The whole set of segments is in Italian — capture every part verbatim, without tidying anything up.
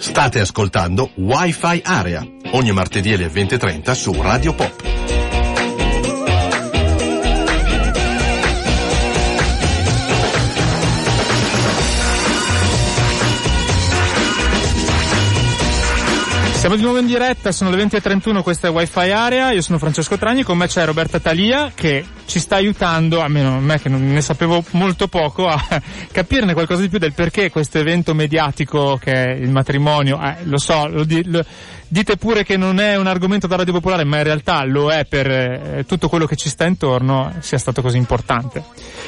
State ascoltando Wi-Fi Area, ogni martedì alle venti e trenta su Radio Pop. Siamo di nuovo in diretta, sono le venti e trentuno, questa è Wi-Fi Area, io sono Francesco Tragni, con me c'è Roberta Talia che ci sta aiutando, almeno a me che non ne sapevo molto poco, a capirne qualcosa di più del perché questo evento mediatico che è il matrimonio, eh, lo so, lo, di, lo dite pure che non è un argomento da Radio Popolare, ma in realtà lo è per eh, tutto quello che ci sta intorno, sia stato così importante.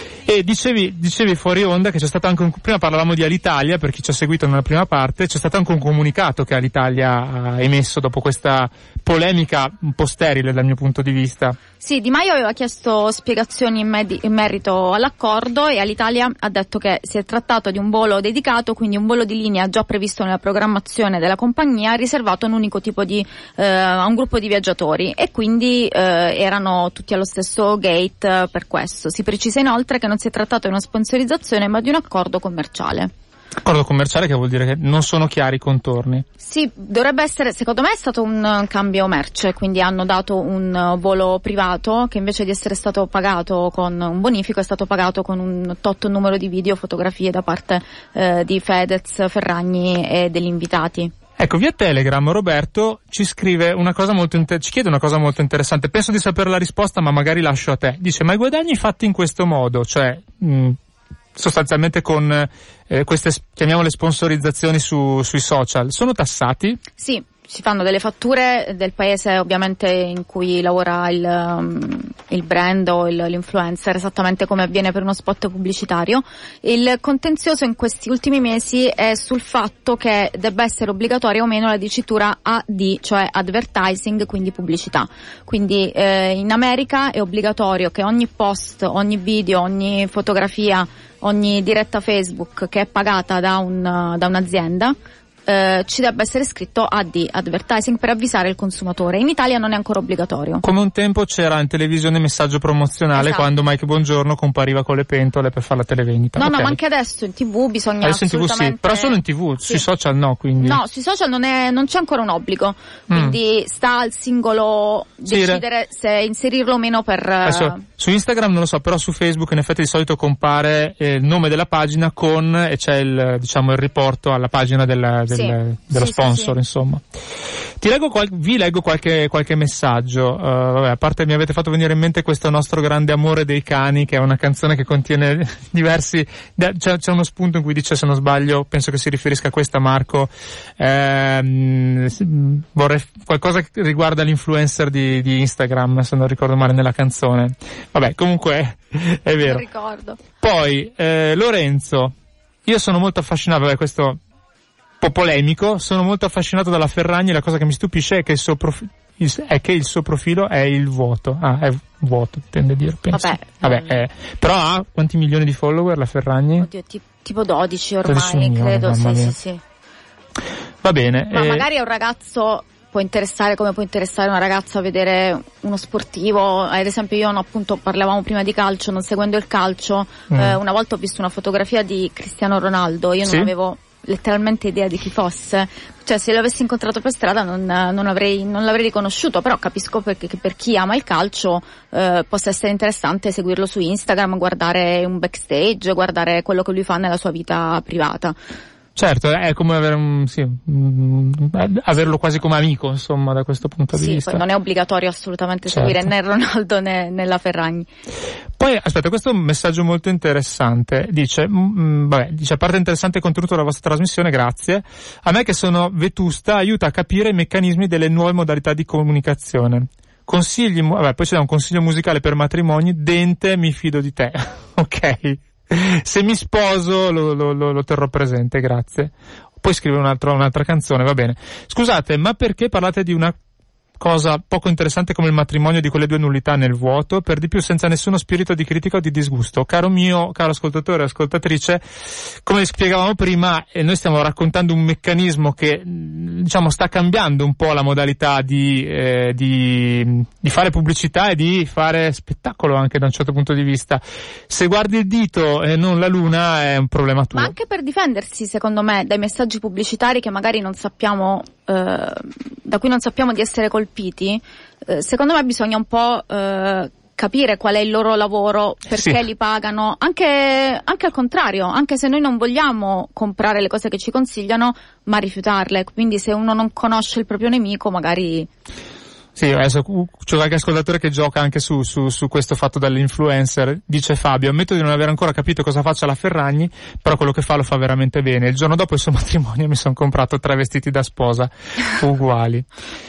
E dicevi, dicevi fuori onda che c'è stato anche un, prima parlavamo di Alitalia, per chi ci ha seguito nella prima parte, c'è stato anche un comunicato che Alitalia ha emesso dopo questa polemica un po' sterile dal mio punto di vista. Sì, Di Maio aveva chiesto spiegazioni in, med- in merito all'accordo e Alitalia ha detto che si è trattato di un volo dedicato, quindi un volo di linea già previsto nella programmazione della compagnia, riservato a un unico tipo di, eh, a un gruppo di viaggiatori, e quindi eh, erano tutti allo stesso gate eh, per questo. Si precisa inoltre che non si è trattato di una sponsorizzazione ma di un accordo commerciale. Accordo commerciale che vuol dire che non sono chiari i contorni. Sì, dovrebbe essere, secondo me è stato un cambio merce, quindi hanno dato un volo privato che invece di essere stato pagato con un bonifico è stato pagato con un tot numero di video, fotografie da parte eh, di Fedez, Ferragni e degli invitati. Ecco, via Telegram Roberto ci scrive una cosa molto inter- ci chiede una cosa molto interessante, penso di sapere la risposta ma magari lascio a te. Dice: ma i guadagni fatti in questo modo, cioè mh, sostanzialmente con eh, queste, chiamiamole, sponsorizzazioni su, sui social, sono tassati? Sì, si fanno delle fatture del paese ovviamente in cui lavora il, um, il brand o il, l'influencer, esattamente come avviene per uno spot pubblicitario. Il contenzioso in questi ultimi mesi è sul fatto che debba essere obbligatoria o meno la dicitura A D, cioè advertising, quindi pubblicità. Quindi eh, in America è obbligatorio che ogni post, ogni video, ogni fotografia, ogni diretta Facebook che è pagata da, un, da un'azienda Eh, ci debba essere scritto A D, advertising, per avvisare il consumatore. In Italia non è ancora obbligatorio. Come un tempo c'era in televisione messaggio promozionale, esatto, quando Mike Bongiorno compariva con le pentole per fare la televendita. No, okay. no, ma anche adesso in tivù bisogna adesso assolutamente... in tivù sì, però solo in tivù, sì. Sui social no, quindi... No, sui social non, è, non c'è ancora un obbligo, quindi mm. sta al singolo decidere sì, se inserirlo o meno per... Adesso, su Instagram non lo so, però su Facebook in effetti di solito compare eh, il nome della pagina con, e c'è il, diciamo, il riporto alla pagina della, del, sì. dello sì, sponsor, sì, sì. insomma. Ti leggo qual- vi leggo qualche, qualche messaggio. Uh, vabbè, a parte mi avete fatto venire in mente questo nostro grande amore dei cani, che è una canzone che contiene diversi, c'è, c'è uno spunto in cui dice, se non sbaglio, penso che si riferisca a questa, Marco, ehm, vorrei qualcosa che riguarda l'influencer di, di Instagram, se non ricordo male, nella canzone. Vabbè, comunque è vero. Non ricordo. Poi eh, Lorenzo, io sono molto affascinato, vabbè, questo un po' polemico, sono molto affascinato dalla Ferragni, la cosa che mi stupisce è che il suo profilo è che il suo profilo è il vuoto. Ah, è vuoto, tende a dire, penso. Vabbè, Vabbè eh. Però ha quanti milioni di follower la Ferragni? Oddio, t- tipo dodici ormai, dodici milioni, credo, sì, mia. sì, sì. Va bene. Ma eh... magari a un ragazzo può interessare, come può interessare una ragazza a vedere uno sportivo. Ad esempio io, no, appunto, parlavamo prima di calcio, non seguendo il calcio, mm. eh, una volta ho visto una fotografia di Cristiano Ronaldo, io non sì? avevo letteralmente idea di chi fosse, cioè se l'avessi incontrato per strada non, non avrei non l'avrei riconosciuto, però capisco perché, che per chi ama il calcio eh, possa essere interessante seguirlo su Instagram, guardare un backstage, guardare quello che lui fa nella sua vita privata. Certo, è come avere un, sì, averlo quasi come amico, insomma, da questo punto di sì, vista. Poi non è obbligatorio assolutamente certo. seguire né Ronaldo né, né la Ferragni. Poi, aspetta, questo è un messaggio molto interessante. Dice, mh, vabbè, dice, a parte interessante contenuto della vostra trasmissione, grazie. A me che sono vetusta aiuta a capire i meccanismi delle nuove modalità di comunicazione. Consigli, vabbè, poi c'è un consiglio musicale per matrimoni, Dente, mi fido di te. Ok. Se mi sposo lo, lo, lo, lo terrò presente, grazie. Poi scrive un altro, un'altra canzone, va bene. Scusate, ma perché parlate di una cosa poco interessante come il matrimonio di quelle due nullità nel vuoto, per di più senza nessuno spirito di critica o di disgusto. Caro mio, caro ascoltatore e ascoltatrice, come spiegavamo prima, eh, noi stiamo raccontando un meccanismo che, diciamo, sta cambiando un po' la modalità di, eh, di, di fare pubblicità e di fare spettacolo anche da un certo punto di vista. Se guardi il dito e non la luna è un problema tuo. Ma anche per difendersi, secondo me, dai messaggi pubblicitari che magari non sappiamo, eh, da cui non sappiamo di essere colpiti, eh, secondo me bisogna un po' eh, capire qual è il loro lavoro, perché sì. li pagano, anche, anche al contrario, anche se noi non vogliamo comprare le cose che ci consigliano, ma rifiutarle. Quindi se uno non conosce il proprio nemico, magari... Sì, adesso c'è qualche ascoltatore che gioca anche su, su, su questo fatto dell'influencer. Dice Fabio, ammetto di non aver ancora capito cosa faccia la Ferragni, però quello che fa lo fa veramente bene. Il giorno dopo il suo matrimonio mi sono comprato tre vestiti da sposa uguali.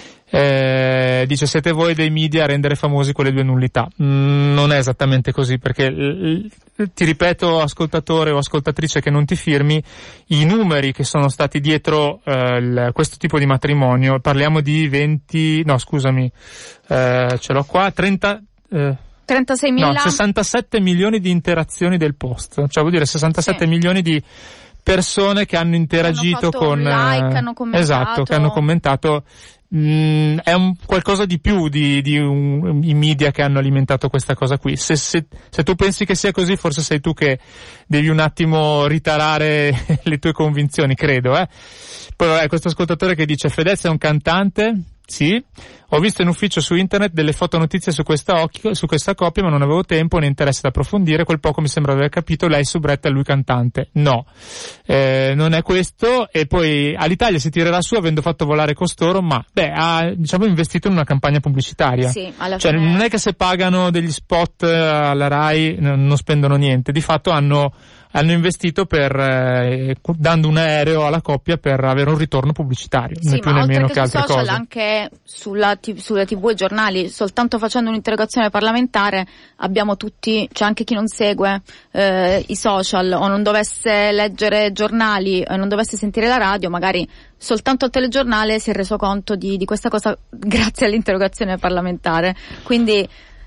Eh, dice, siete voi dei media a rendere famosi quelle due nullità. Mm, non è esattamente così, perché l- l- ti ripeto, ascoltatore o ascoltatrice che non ti firmi, i numeri che sono stati dietro eh, l- questo tipo di matrimonio, parliamo di venti, no scusami, eh, ce l'ho qua, trenta eh, trentasei mila, no, sessantasette milioni di interazioni del post, cioè vuol dire sessantasette sì. milioni di persone che hanno interagito hanno con like, hanno commentato. Esatto, che hanno commentato. Mm, è un qualcosa di più di, di un, i media che hanno alimentato questa cosa qui. Se, se, se tu pensi che sia così, forse sei tu che devi un attimo ritarare le tue convinzioni, credo, eh. Poi vabbè, questo ascoltatore che dice Fedez è un cantante. Sì, ho visto in ufficio su internet delle fotonotizie su questa, occhio, su questa coppia, ma non avevo tempo né interesse ad approfondire. Quel poco mi sembra di aver capito, lei soubretta e lui cantante. No, eh, non è questo. E poi all'Italia si tirerà su avendo fatto volare costoro, ma beh, ha, diciamo, investito in una campagna pubblicitaria. Sì, alla cioè, fine... non è che se pagano degli spot alla Rai non spendono niente. Di fatto hanno hanno investito per eh, dando un aereo alla coppia per avere un ritorno pubblicitario, sì, né più né meno che, che altre social, cose. Anche sulla t- sulle tivù e giornali, soltanto facendo un'interrogazione parlamentare abbiamo tutti, c'è anche chi non segue eh, i social o non dovesse leggere giornali e non dovesse sentire la radio, magari soltanto al telegiornale si è reso conto di, di questa cosa grazie all'interrogazione parlamentare. Quindi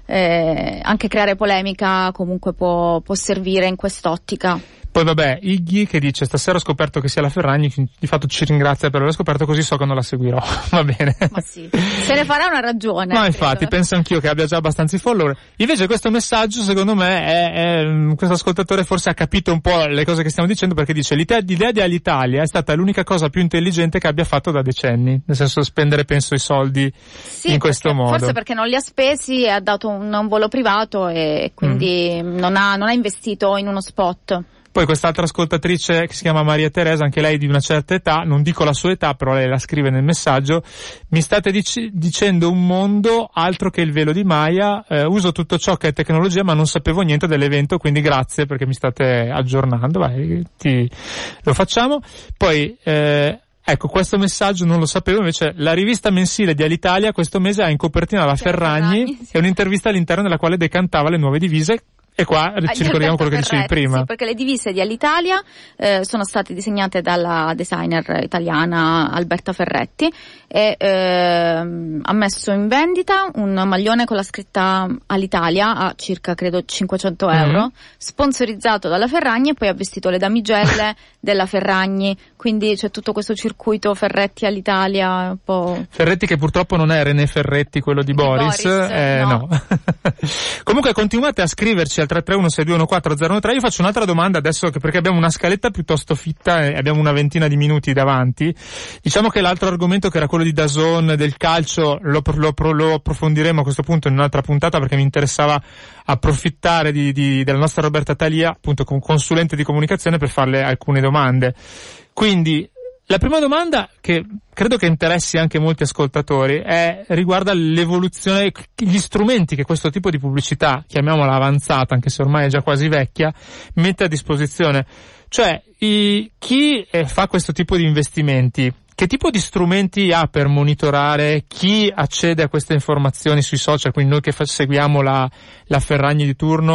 Eh, anche creare polemica comunque può, può servire in quest'ottica. Poi vabbè, Iggy che dice stasera ho scoperto che sia la Ferragni, di fatto ci ringrazia per aver scoperto, così so che non la seguirò. Va bene. Ma sì, se ne farà una ragione. Ma infatti, credo. Penso anch'io che abbia già abbastanza i follower. Invece questo messaggio, secondo me, è, è questo ascoltatore forse ha capito un po' le cose che stiamo dicendo, perché dice l'idea, l'idea di Alitalia è stata l'unica cosa più intelligente che abbia fatto da decenni, nel senso spendere, penso, i soldi sì, in questo perché, modo. Forse perché non li ha spesi e ha dato un, un volo privato e quindi mm. non ha, non ha investito in uno spot. Poi quest'altra ascoltatrice che si chiama Maria Teresa, anche lei di una certa età, non dico la sua età, però lei la scrive nel messaggio, mi state dic- dicendo un mondo altro che il velo di Maya, eh, uso tutto ciò che è tecnologia ma non sapevo niente dell'evento, quindi grazie perché mi state aggiornando, vai, ti, lo facciamo. Poi, eh, ecco, questo messaggio non lo sapevo, invece la rivista mensile di Alitalia questo mese ha in copertina la Ferragni, Ferragni sì. E un'intervista all'interno della quale decantava le nuove divise. E qua ci ricordiamo quello che dicevi prima. Sì, perché le divise di Alitalia eh, sono state disegnate dalla designer italiana Alberta Ferretti e eh, ha messo in vendita un maglione con la scritta Alitalia a circa credo cinquecento euro, mm-hmm. sponsorizzato dalla Ferragni, e poi ha vestito le damigelle della Ferragni, quindi c'è tutto questo circuito Ferretti all'Italia un po'... Ferretti che purtroppo non è René Ferretti, quello di, di Boris, Boris eh, no, no. Comunque continuate a scriverci al tre tre uno sei due uno quattro zero uno tre. Io faccio un'altra domanda adesso, che perché abbiamo una scaletta piuttosto fitta e abbiamo una ventina di minuti davanti. Diciamo che l'altro argomento, che era quello di D A Z N, del calcio, lo, lo, lo approfondiremo a questo punto in un'altra puntata, perché mi interessava approfittare di, di, della nostra Roberta Talia, appunto con consulente di comunicazione, per farle alcune domande. Quindi la prima domanda, che credo che interessi anche molti ascoltatori, è riguarda l'evoluzione, gli strumenti che questo tipo di pubblicità, chiamiamola avanzata, anche se ormai è già quasi vecchia, mette a disposizione. Cioè, i, chi eh, fa questo tipo di investimenti, che tipo di strumenti ha per monitorare chi accede a queste informazioni sui social, quindi noi che fa, seguiamo la, la Ferragni di turno,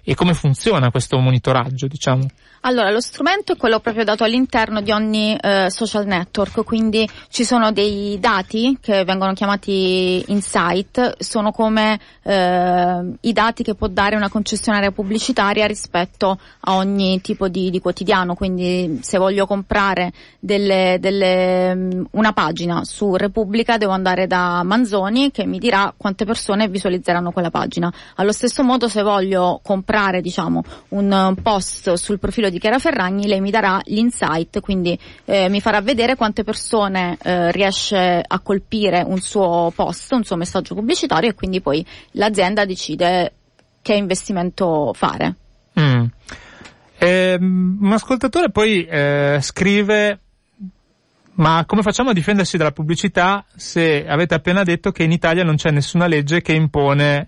e come funziona questo monitoraggio, diciamo? Allora, lo strumento è quello proprio dato all'interno di ogni eh, social network, quindi ci sono dei dati che vengono chiamati insight, sono come eh, i dati che può dare una concessionaria pubblicitaria rispetto a ogni tipo di, di quotidiano. Quindi se voglio comprare delle, delle, una pagina su Repubblica devo andare da Manzoni che mi dirà quante persone visualizzeranno quella pagina. Allo stesso modo, se voglio comprare, diciamo, un post sul profilo di di Chiara Ferragni, lei mi darà l'insight, quindi eh, mi farà vedere quante persone eh, riesce a colpire un suo post, un suo messaggio pubblicitario, e quindi poi l'azienda decide che investimento fare. Mm. Eh, un ascoltatore poi eh, scrive: ma come facciamo a difendersi dalla pubblicità se avete appena detto che in Italia non c'è nessuna legge che impone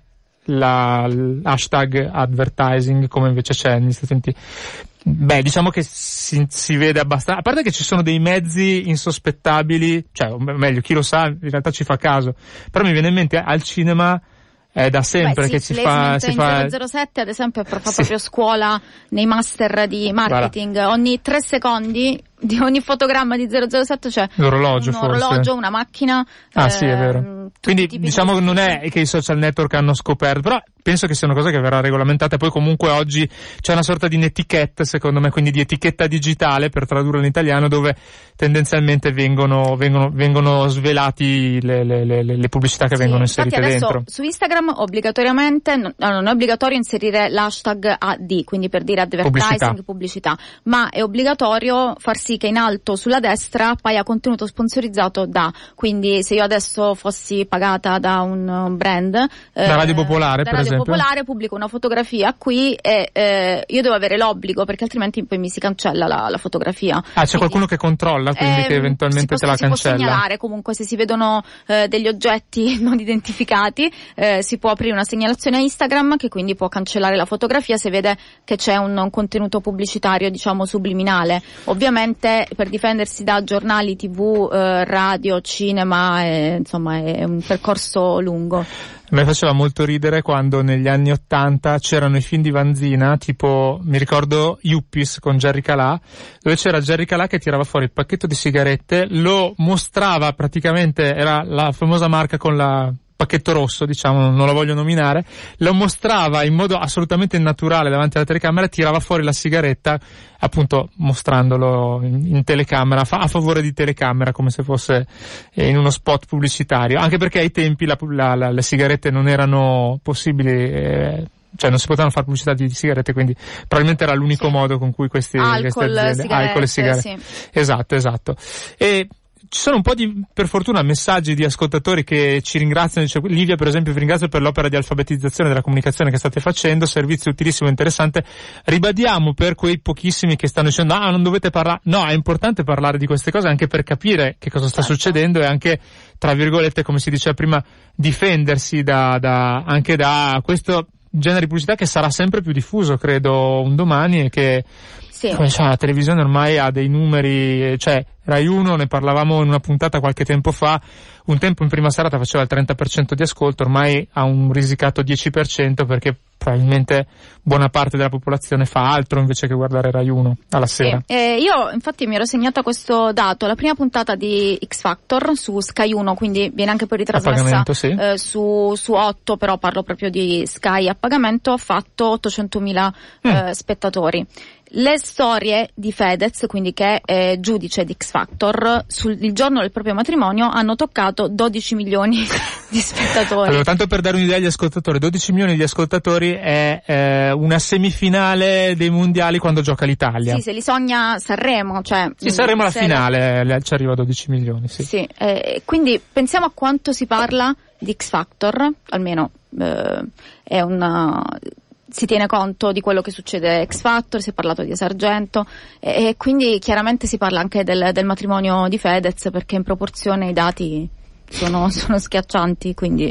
la, l'hashtag advertising come invece c'è negli Stati Uniti? Beh, diciamo che si, si vede abbastanza, a parte che ci sono dei mezzi insospettabili, cioè, o meglio, chi lo sa in realtà ci fa caso, però mi viene in mente al cinema è da sempre. Beh, sì, che si fa, si in fa... zero zero sette ad esempio fa sì. proprio scuola nei master di marketing. Guarda. Ogni tre secondi di ogni fotogramma di zero zero sette c'è l'orologio, un orologio, forse. una macchina. Ah eh, sì, è vero. Quindi diciamo che non è che i social network hanno scoperto, però penso che sia una cosa che verrà regolamentata. Poi comunque oggi c'è una sorta di netiquette, secondo me, quindi di etichetta digitale, per tradurlo in italiano, dove tendenzialmente vengono vengono vengono svelati le le le, le pubblicità che sì, vengono inserite dentro. Su Instagram obbligatoriamente non, non è obbligatorio inserire l'hashtag A D, quindi per dire advertising, pubblicità. pubblicità, ma è obbligatorio far sì che in alto sulla destra appaia contenuto sponsorizzato da, quindi se io adesso fossi pagata da un brand, da Radio Popolare, da per Radio esempio, Popolare pubblico una fotografia qui e eh, io devo avere l'obbligo, perché altrimenti poi mi si cancella la, la fotografia. Ah, c'è quindi qualcuno che controlla, quindi ehm, che eventualmente te la cancella. Si può segnalare comunque, se si vedono eh, degli oggetti non identificati, eh, si può aprire una segnalazione a Instagram che quindi può cancellare la fotografia se vede che c'è un, un contenuto pubblicitario, diciamo, subliminale. Ovviamente per difendersi da giornali, tv, eh, radio, cinema, eh, insomma è un percorso lungo. A me faceva molto ridere quando negli anni ottanta c'erano i film di Vanzina, tipo, mi ricordo Yuppies con Jerry Calà, dove c'era Jerry Calà che tirava fuori il pacchetto di sigarette, lo mostrava praticamente, era la famosa marca con la pacchetto rosso, diciamo, non lo voglio nominare, lo mostrava in modo assolutamente naturale davanti alla telecamera, tirava fuori la sigaretta, appunto mostrandolo in, in telecamera, fa, a favore di telecamera, come se fosse eh, in uno spot pubblicitario, anche perché ai tempi la, la, la, le sigarette non erano possibili, eh, cioè non si potevano fare pubblicità di, di sigarette, quindi probabilmente era l'unico sì. modo con cui questi, alcol, queste aziende, sigarette, alcol e sigarette, sì. esatto, esatto. E ci sono un po' di, per fortuna, messaggi di ascoltatori che ci ringraziano. Dice, Livia per esempio, vi ringrazio per l'opera di alfabetizzazione della comunicazione che state facendo, servizio utilissimo e interessante. Ribadiamo per quei pochissimi che stanno dicendo ah non dovete parlare, no, è importante parlare di queste cose anche per capire che cosa sta certo. succedendo, e anche, tra virgolette, come si diceva prima, difendersi da, da anche da questo genere di pubblicità che sarà sempre più diffuso, credo, un domani, e che sì. come diciamo, la televisione ormai ha dei numeri, cioè Rai uno, ne parlavamo in una puntata qualche tempo fa, un tempo in prima serata faceva il trenta per cento di ascolto, ormai ha un risicato dieci per cento, perché probabilmente buona parte della popolazione fa altro invece che guardare Rai uno alla sera. Sì. Eh, io infatti mi ero segnata questo dato, la prima puntata di X Factor su Sky uno, quindi viene anche poi ritrasmessa sì. eh, su, su otto, però parlo proprio di Sky a pagamento, ha fatto ottocentomila mm. eh, spettatori. Le storie di Fedez, quindi che è giudice di X Factor, sul il giorno del proprio matrimonio hanno toccato dodici milioni di spettatori. Allora, tanto per dare un'idea agli ascoltatori, dodici milioni di ascoltatori è eh, una semifinale dei mondiali quando gioca l'Italia. Sì, se li sogna Sanremo, cioè... Sì, Sanremo alla finale, le... ci arriva a dodici milioni, sì. Sì, eh, quindi pensiamo a quanto si parla di X Factor, almeno eh, è una... si tiene conto di quello che succede a X Factor, si è parlato di Esargento e, e quindi chiaramente si parla anche del, del matrimonio di Fedez, perché in proporzione i dati sono, sono schiaccianti, quindi...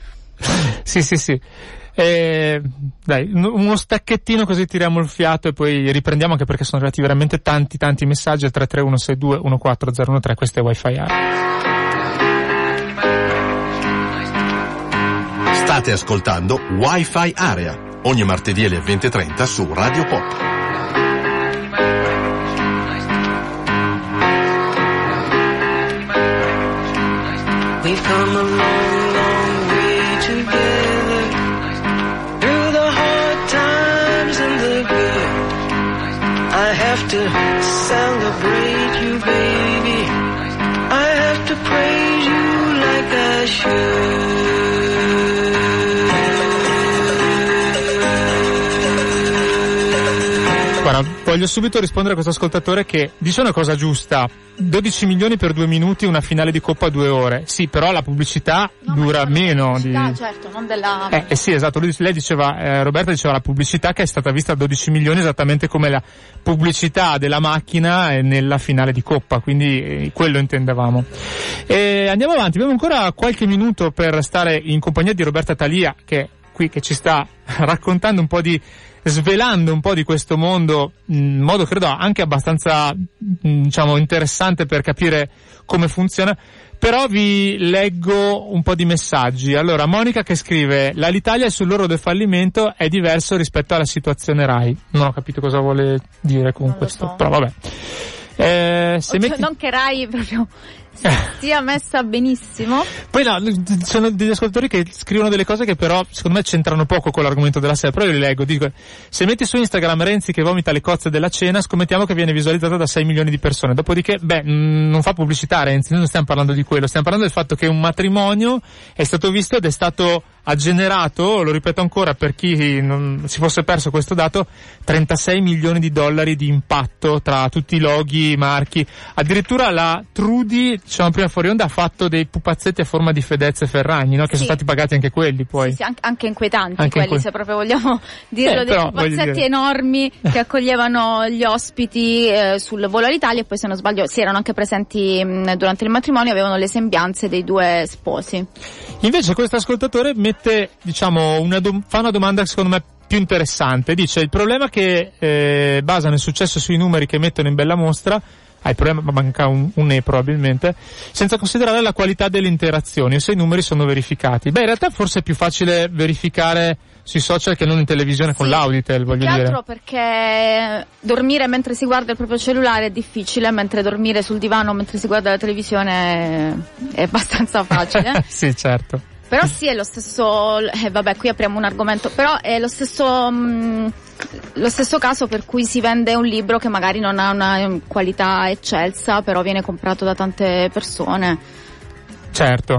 Sì, sì, sì. Eh, dai, uno stacchettino così tiriamo il fiato e poi riprendiamo, anche perché sono arrivati veramente tanti tanti messaggi al tre tre uno sei due uno quattro zero uno tre. Questo è Wi-Fi Area. State ascoltando Wi-Fi Area. ogni martedì alle venti e trenta su Radio Pop. We've come a long, long way together, through the hard times and the good. I have to celebrate you, baby. I have to praise you like I should. Guarda, voglio subito rispondere a questo ascoltatore che dice una cosa giusta: dodici milioni per due minuti, una finale di Coppa due ore. Sì, però la pubblicità no, dura meno pubblicità, di... certo, non della... Eh, eh sì, esatto, lei diceva, eh, Roberta diceva la pubblicità che è stata vista a dodici milioni, esattamente come la pubblicità della macchina nella finale di Coppa, quindi eh, quello intendevamo. E andiamo avanti, abbiamo ancora qualche minuto per stare in compagnia di Roberta Thalia, che qui che ci sta raccontando un po' di, svelando un po' di questo mondo, in modo credo anche abbastanza, diciamo, interessante per capire come funziona. Però vi leggo un po' di messaggi. Allora, Monica che scrive: l'Alitalia sull'orlo del fallimento è diverso rispetto alla situazione Rai. Non ho capito cosa vuole dire con non questo, so. Però vabbè. Eh, se Oddio, metti... Non che Rai proprio sia messa benissimo. Poi no, ci sono degli ascoltatori che scrivono delle cose che però secondo me c'entrano poco con l'argomento della sera, però io li leggo. Dico: se metti su Instagram Renzi che vomita le cozze della cena, scommettiamo che viene visualizzata da sei milioni di persone. Dopodiché, beh, mh, non fa pubblicità Renzi, noi non stiamo parlando di quello, stiamo parlando del fatto che un matrimonio è stato visto ed è stato, ha generato, lo ripeto ancora per chi non si fosse perso questo dato, trentasei milioni di dollari di impatto tra tutti i loghi, i marchi. Addirittura la Trudy, diciamo prima fuori onda, ha fatto dei pupazzetti a forma di Fedez e Ferragni, no? Che sì. Sono stati pagati anche quelli poi. Sì, sì, anche inquietanti anche quelli, in que... se proprio vogliamo dirlo, eh, dei però, pupazzetti enormi che accoglievano gli ospiti eh, sul volo all'Italia, e poi se non sbaglio si erano anche presenti mh, durante il matrimonio, avevano le sembianze dei due sposi. Invece questo ascoltatore mette, diciamo, una do- fa una domanda secondo me più interessante. Dice: il problema che eh, basano il successo sui numeri che mettono in bella mostra, ah, il problema manca un, un E probabilmente, senza considerare la qualità delle interazioni, o se i numeri sono verificati. Beh, in realtà forse è più facile verificare sui social che non in televisione con sì, l'Auditel, voglio più dire. Altro perché dormire mentre si guarda il proprio cellulare è difficile, mentre dormire sul divano mentre si guarda la televisione è abbastanza facile. Sì, certo. Però sì, è lo stesso, eh, vabbè, qui apriamo un argomento, però è lo stesso mh, lo stesso caso per cui si vende un libro che magari non ha una qualità eccelsa, però viene comprato da tante persone. Certo.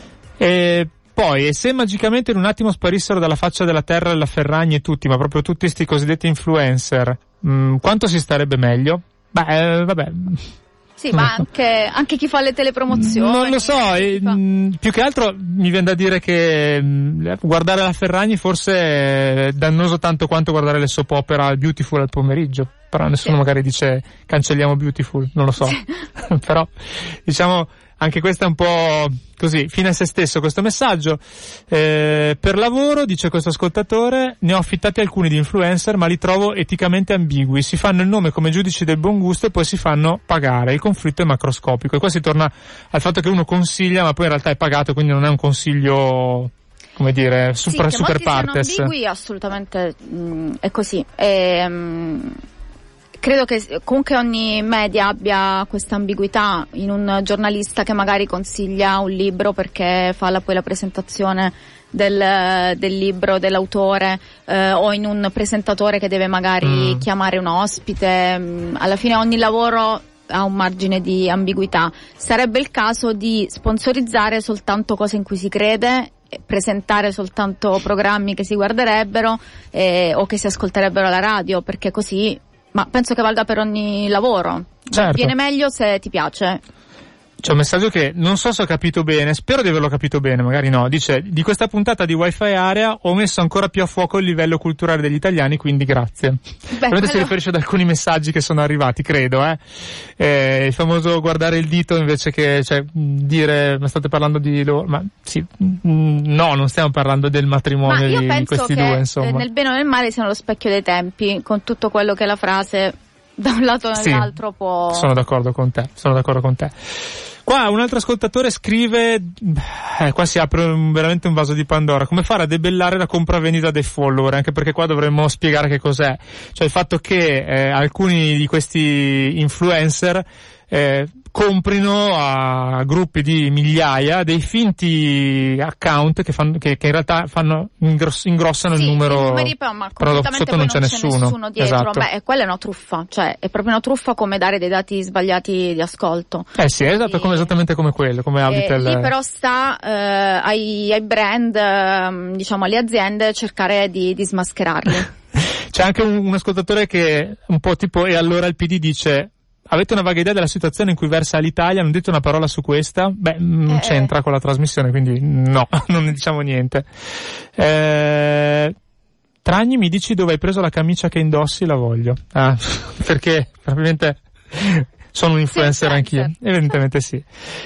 E poi, e se magicamente in un attimo sparissero dalla faccia della terra la Ferragni e tutti, ma proprio tutti sti cosiddetti influencer, mh, quanto si starebbe meglio? Beh, eh, vabbè... Sì, ma anche, anche chi fa le telepromozioni. Non lo so, e, mh, più che altro mi viene da dire che mh, guardare la Ferragni forse è dannoso tanto quanto guardare le soap opera al Beautiful al pomeriggio. Però nessuno sì. magari dice cancelliamo Beautiful, non lo so. Sì. Però, diciamo, anche questo è un po' così, fine a se stesso questo messaggio. Eh, per lavoro, dice questo ascoltatore, ne ho affittati alcuni di influencer, ma li trovo eticamente ambigui. Si fanno il nome come giudici del buon gusto e poi si fanno pagare. Il conflitto è macroscopico. E qua si torna al fatto che uno consiglia, ma poi in realtà è pagato, quindi non è un consiglio, come dire, super, sì, super partes. Sì, ambigui, assolutamente mh, è così. E, mh, credo che comunque ogni media abbia questa ambiguità, in un giornalista che magari consiglia un libro perché fa la, poi la presentazione del, del libro, dell'autore, eh, o in un presentatore che deve magari mm. chiamare un ospite. Alla fine ogni lavoro ha un margine di ambiguità. Sarebbe il caso di sponsorizzare soltanto cose in cui si crede, presentare soltanto programmi che si guarderebbero eh, o che si ascolterebbero alla radio, perché così, ma penso che valga per ogni lavoro. Certo. Viene meglio se ti piace. C'è un messaggio che non so se ho capito bene, spero di averlo capito bene, magari no. Dice: di questa puntata di Wi-Fi Area ho messo ancora più a fuoco il livello culturale degli italiani, quindi grazie. Probabilmente quello... si riferisce ad alcuni messaggi che sono arrivati, credo, eh. eh il famoso guardare il dito invece che, cioè, dire, ma state parlando di loro, ma sì, no, non stiamo parlando del matrimonio di, di questi due, insomma. Nel bene o nel male siano lo specchio dei tempi, con tutto quello che la frase da un lato o sì, dall'altro può... Sono d'accordo con te, sono d'accordo con te. Qua un altro ascoltatore scrive, eh, qua si apre un, veramente un vaso di Pandora, come fare a debellare la compravendita dei follower, anche perché qua dovremmo spiegare che cos'è, cioè il fatto che eh, alcuni di questi influencer eh, comprino a gruppi di migliaia dei finti account che, fanno, che, che in realtà fanno ingross, ingrossano sì, il numero, numeri, ma però sotto non c'è, non c'è nessuno, nessuno dietro. Esatto. Beh, quella è una truffa, cioè è proprio una truffa come dare dei dati sbagliati di ascolto. Eh sì, esatto, Quindi, come, esattamente come quello, come Auditel. Eh, lì però sta eh, ai, ai brand, eh, diciamo alle aziende, cercare di, di smascherarli. C'è anche un, un ascoltatore che un po' tipo, e allora il P D dice: avete una vaga idea della situazione in cui versa l'Italia? Non dite una parola su questa? Beh, non eh, c'entra con la trasmissione, quindi no, non ne diciamo niente. Eh, Tragni, mi dici dove hai preso la camicia che indossi? La voglio. Ah, perché probabilmente sono un influencer sì, anch'io, certo. Evidentemente sì.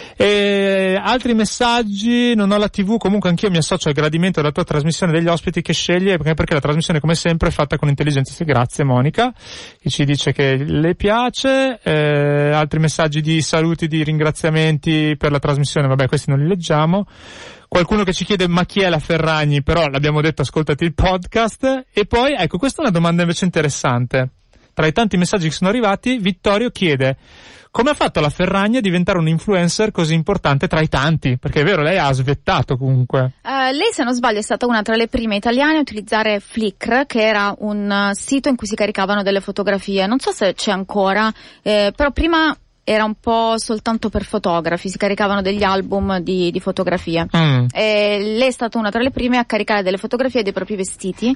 E altri messaggi, non ho la tivù, comunque anch'io mi associo al gradimento della tua trasmissione degli ospiti che scegli, perché, perché la trasmissione come sempre è fatta con intelligenza. Grazie Monica, che ci dice che le piace. Eh, altri messaggi di saluti, di ringraziamenti per la trasmissione, vabbè questi non li leggiamo. Qualcuno che ci chiede ma chi è la Ferragni, però l'abbiamo detto ascoltati il podcast. E poi ecco, questa è una domanda invece interessante. Tra i tanti messaggi che sono arrivati, Vittorio chiede: come ha fatto la Ferragni a diventare un influencer così importante tra i tanti? Perché è vero, lei ha svettato comunque. Uh, lei, se non sbaglio, è stata una tra le prime italiane a utilizzare Flickr, che era un uh, sito in cui si caricavano delle fotografie. Non so se c'è ancora, eh, però prima era un po' soltanto per fotografi, si caricavano degli album di, di fotografie. Mm. E lei è stata una tra le prime a caricare delle fotografie dei propri vestiti.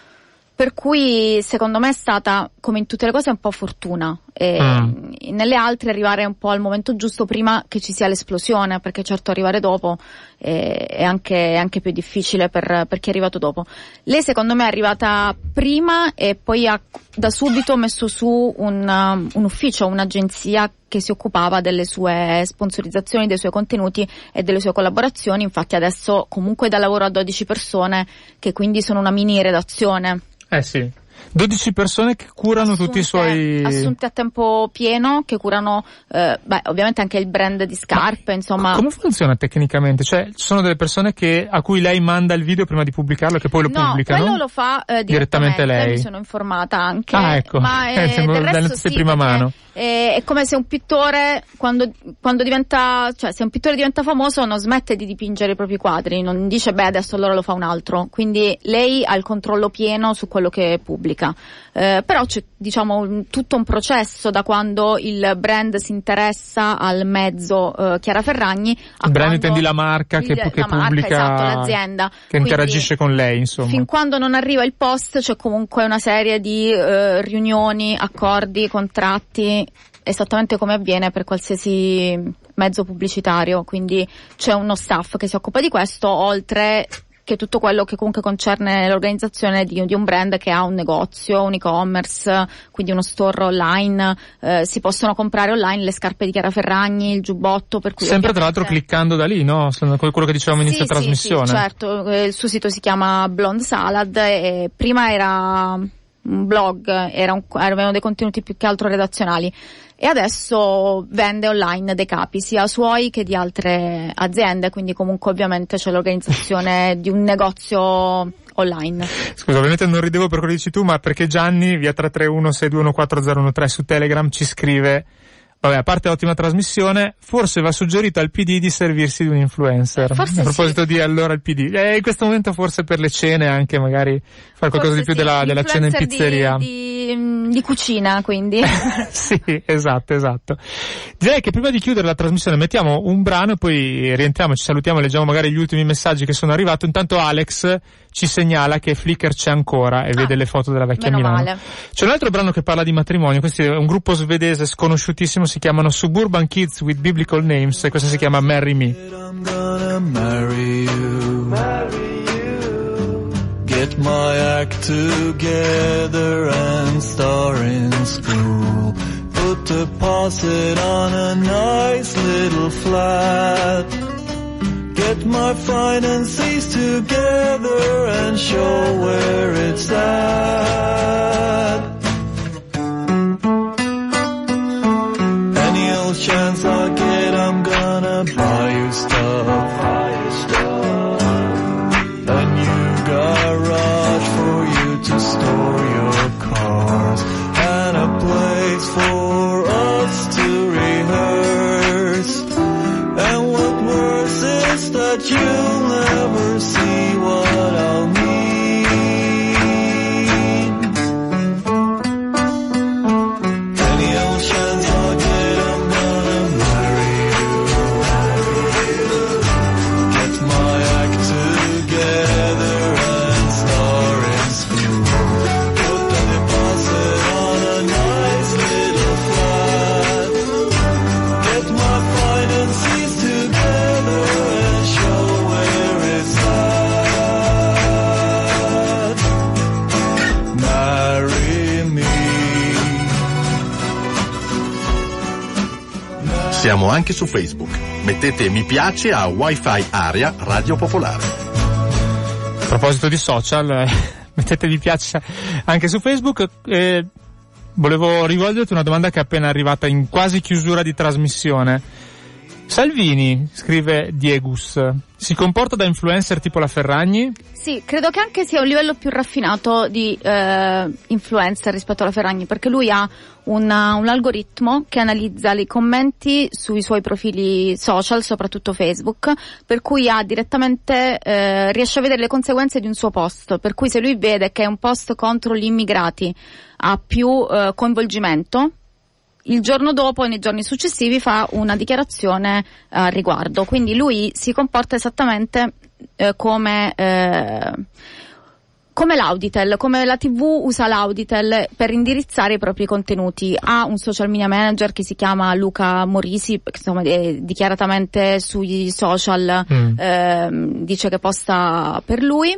Per cui secondo me è stata, come in tutte le cose, un po' fortuna. E mm. nelle altre arrivare un po' al momento giusto prima che ci sia l'esplosione, perché certo arrivare dopo è, è, anche, è anche più difficile per, per chi è arrivato dopo. Lei secondo me è arrivata prima e poi ha da subito messo su un, um, un ufficio, un'agenzia che si occupava delle sue sponsorizzazioni, dei suoi contenuti e delle sue collaborazioni. Infatti adesso comunque dà lavoro a dodici persone, che quindi sono una mini redazione. Eh sì, dodici persone che curano assunte, tutti i suoi... assunte a tempo pieno, che curano, eh, beh, ovviamente anche il brand di scarpe, ma insomma... Come funziona tecnicamente? Cioè, ci sono delle persone che, a cui lei manda il video prima di pubblicarlo, che poi lo no, pubblicano? No, quello lo fa eh, direttamente, direttamente lei. Mi sono informata anche. Ah, ecco, ma eh, sembra del resto sì, di prima mano. È come se un pittore, quando, quando diventa, cioè se un pittore diventa famoso, non smette di dipingere i propri quadri, non dice beh adesso allora lo fa un altro, quindi lei ha il controllo pieno su quello che pubblica. Eh, però c'è, diciamo, un, tutto un processo da quando il brand si interessa al mezzo eh, Chiara Ferragni. A il brand intendi la marca il, che, che la pubblica, marca, esatto, l'azienda. Che quindi, interagisce con lei, insomma. Fin quando non arriva il post c'è comunque una serie di eh, riunioni, accordi, contratti, esattamente come avviene per qualsiasi mezzo pubblicitario, quindi c'è uno staff che si occupa di questo, oltre che tutto quello che comunque concerne l'organizzazione di, di un brand che ha un negozio, un e-commerce, quindi uno store online. Eh, si possono comprare online le scarpe di Chiara Ferragni, il giubbotto, per cui sempre tra l'altro cliccando da lì, no? Quello che dicevamo sì, inizio sì, trasmissione. Sì, certo, il suo sito si chiama Blonde Salad e prima era un blog, era un, avevano dei contenuti più che altro redazionali, e adesso vende online dei capi sia suoi che di altre aziende, quindi comunque ovviamente c'è l'organizzazione di un negozio online. Scusa, ovviamente non ridevo per quello che dici tu, ma perché Gianni via tre tre uno sei due uno quattro zero uno tre su Telegram ci scrive: vabbè, a parte l'ottima trasmissione, forse va suggerito al P D di servirsi di un influencer. Forse a proposito sì. di allora il P D. E in questo momento forse per le cene anche magari fare qualcosa forse di più sì. della, della cena in pizzeria. Di, di, di cucina, quindi. Sì, esatto, esatto. Direi che prima di chiudere la trasmissione mettiamo un brano e poi rientriamo, ci salutiamo e leggiamo magari gli ultimi messaggi che sono arrivati. Intanto Alex ci segnala che Flickr c'è ancora e ah, vede le foto della vecchia Milano. Male. C'è un altro brano che parla di matrimonio, questo è un gruppo svedese sconosciutissimo, si chiamano Suburban Kids with Biblical Names e questo si chiama Marry Me. I'm gonna marry you. Marry you. Get my act together and start in school. Put a deposit on a nice little flat. Get my finances together and show where it's at. Any old chance I get, I'm gonna Siamo anche su Facebook. Mettete mi piace a Wi-Fi Area Radio Popolare. A proposito di social, eh, mettete mi piace anche su Facebook. Eh, volevo rivolgerti una domanda che è appena arrivata in quasi chiusura di trasmissione. Salvini, scrive Diegus, si comporta da influencer tipo la Ferragni? Sì, credo che anche sia un livello più raffinato di eh, influencer rispetto alla Ferragni, perché lui ha una, un algoritmo che analizza i commenti sui suoi profili social, soprattutto Facebook, per cui ha direttamente eh, riesce a vedere le conseguenze di un suo post, per cui se lui vede che un post contro gli immigrati ha più eh, coinvolgimento, il giorno dopo e nei giorni successivi fa una dichiarazione eh, al riguardo. Quindi lui si comporta esattamente eh, come eh, come l'Auditel, come la tivù usa l'Auditel per indirizzare i propri contenuti. Ha un social media manager che si chiama Luca Morisi, che insomma è dichiaratamente sui social mm. eh, dice che posta per lui,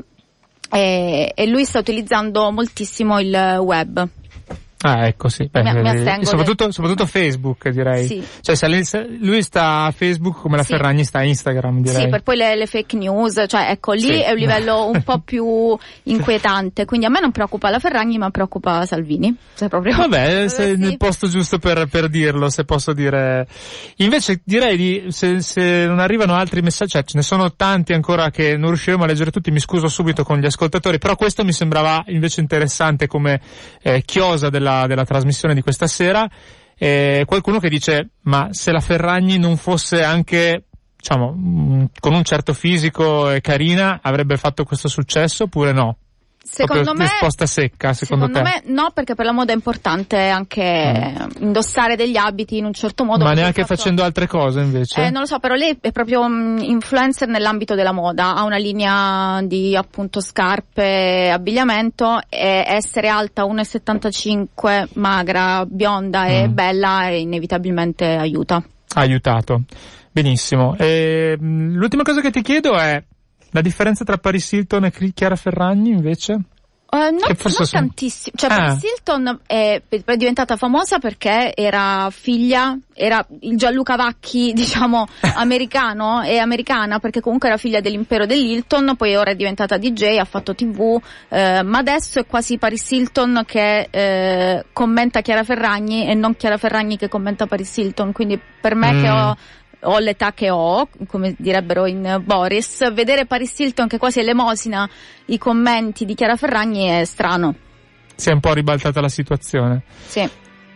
e, e lui sta utilizzando moltissimo il web. Ah, ecco, sì. Beh, mi, mi eh, soprattutto, soprattutto Facebook, direi. Sì. Cioè, se lui sta a Facebook come la sì. Ferragni sta a Instagram, direi. Sì, per poi le, le fake news, cioè, ecco, lì sì. è un livello un po' più inquietante. Quindi a me non preoccupa la Ferragni, ma preoccupa Salvini. Se proprio... Vabbè, sei sì. nel posto giusto per, per dirlo, se posso dire. Invece, direi di, se, se non arrivano altri messaggi, cioè, ce ne sono tanti ancora che non riusciremo a leggere tutti, mi scuso subito con gli ascoltatori, però questo mi sembrava invece interessante come eh, chiosa della della trasmissione di questa sera. Eh, qualcuno che dice: ma se la Ferragni non fosse anche, diciamo, mh, con un certo fisico e carina, avrebbe fatto questo successo oppure no? Secondo Proprio me risposta secca, secondo, secondo te? me no, perché per la moda è importante anche mm. indossare degli abiti in un certo modo. Ma neanche fatto... facendo altre cose invece? Eh, non lo so, però lei è proprio um, influencer nell'ambito della moda, ha una linea di appunto scarpe, abbigliamento, e essere alta uno e settantacinque, magra, bionda mm. e bella inevitabilmente aiuta. Ha aiutato. Benissimo. E, l'ultima cosa che ti chiedo è la differenza tra Paris Hilton e Chiara Ferragni, invece? Uh, no, non sono... tantissimo. Cioè, ah. Paris Hilton è, è diventata famosa perché era figlia, era il Gianluca Vacchi, diciamo, americano, e americana perché comunque era figlia dell'impero dell'Hilton, poi ora è diventata D J, ha fatto tivù, eh, ma adesso è quasi Paris Hilton che eh, commenta Chiara Ferragni e non Chiara Ferragni che commenta Paris Hilton, quindi per me mm. che ho ho l'età che ho, come direbbero in Boris, vedere Paris Hilton che quasi elemosina i commenti di Chiara Ferragni è strano. Si è un po' ribaltata la situazione. Sì.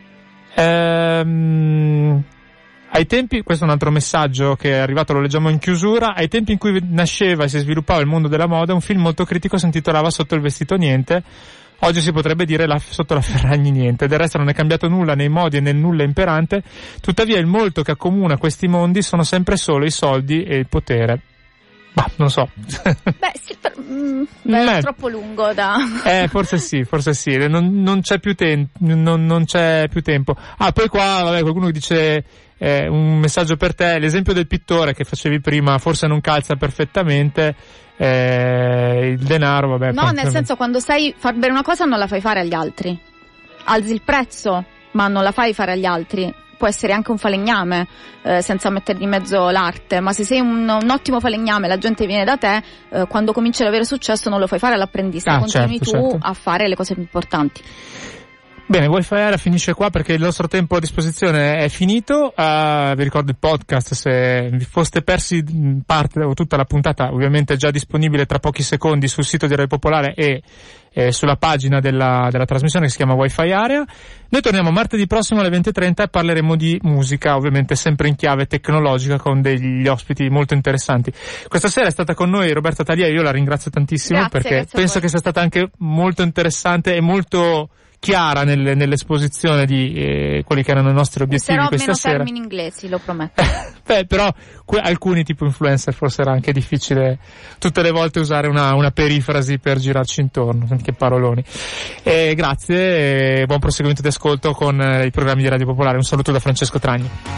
Ehm, ai tempi, questo è un altro messaggio che è arrivato, lo leggiamo in chiusura, ai tempi in cui nasceva e si sviluppava il mondo della moda, un film molto critico si intitolava Sotto il vestito niente. Oggi si potrebbe dire la, sotto la Ferragni niente, del resto non è cambiato nulla nei modi e nel nulla imperante, tuttavia il molto che accomuna questi mondi sono sempre solo i soldi e il potere. Bah, non so. Beh, sì, per, mm, beh, è troppo lungo da... Eh, forse sì, forse sì, non, non c'è più tempo, non, non c'è più tempo. Ah, poi qua, vabbè, qualcuno dice, eh, un messaggio per te, l'esempio del pittore che facevi prima forse non calza perfettamente, eh, il denaro, vabbè. No, nel senso, quando sai far bene una cosa non la fai fare agli altri. Alzi il prezzo, ma non la fai fare agli altri. Può essere anche un falegname, eh, senza mettere di mezzo l'arte, ma se sei un, un ottimo falegname, la gente viene da te, eh, quando cominci ad avere successo non lo fai fare all'apprendista, ah, continui certo, tu certo. a fare le cose più importanti. Bene, Wi-Fi Area finisce qua perché il nostro tempo a disposizione è finito. Uh, vi ricordo il podcast, se vi foste persi parte o tutta la puntata, ovviamente è già disponibile tra pochi secondi sul sito di Radio Popolare e eh, sulla pagina della, della trasmissione che si chiama Wi-Fi Area. Noi torniamo martedì prossimo alle venti e trenta e parleremo di musica, ovviamente sempre in chiave tecnologica con degli ospiti molto interessanti. Questa sera è stata con noi Roberta Talia, io la ringrazio tantissimo. Grazie, perché grazie penso che sia stata anche molto interessante e molto chiara nel, nell'esposizione di eh, quelli che erano i nostri obiettivi Userò questa meno sera. termini inglesi, lo prometto. Beh, però que- alcuni tipo influencer forse era anche difficile tutte le volte usare una, una perifrasi per girarci intorno, che paroloni. E grazie e buon proseguimento di ascolto con eh, i programmi di Radio Popolare. Un saluto da Francesco Tragni.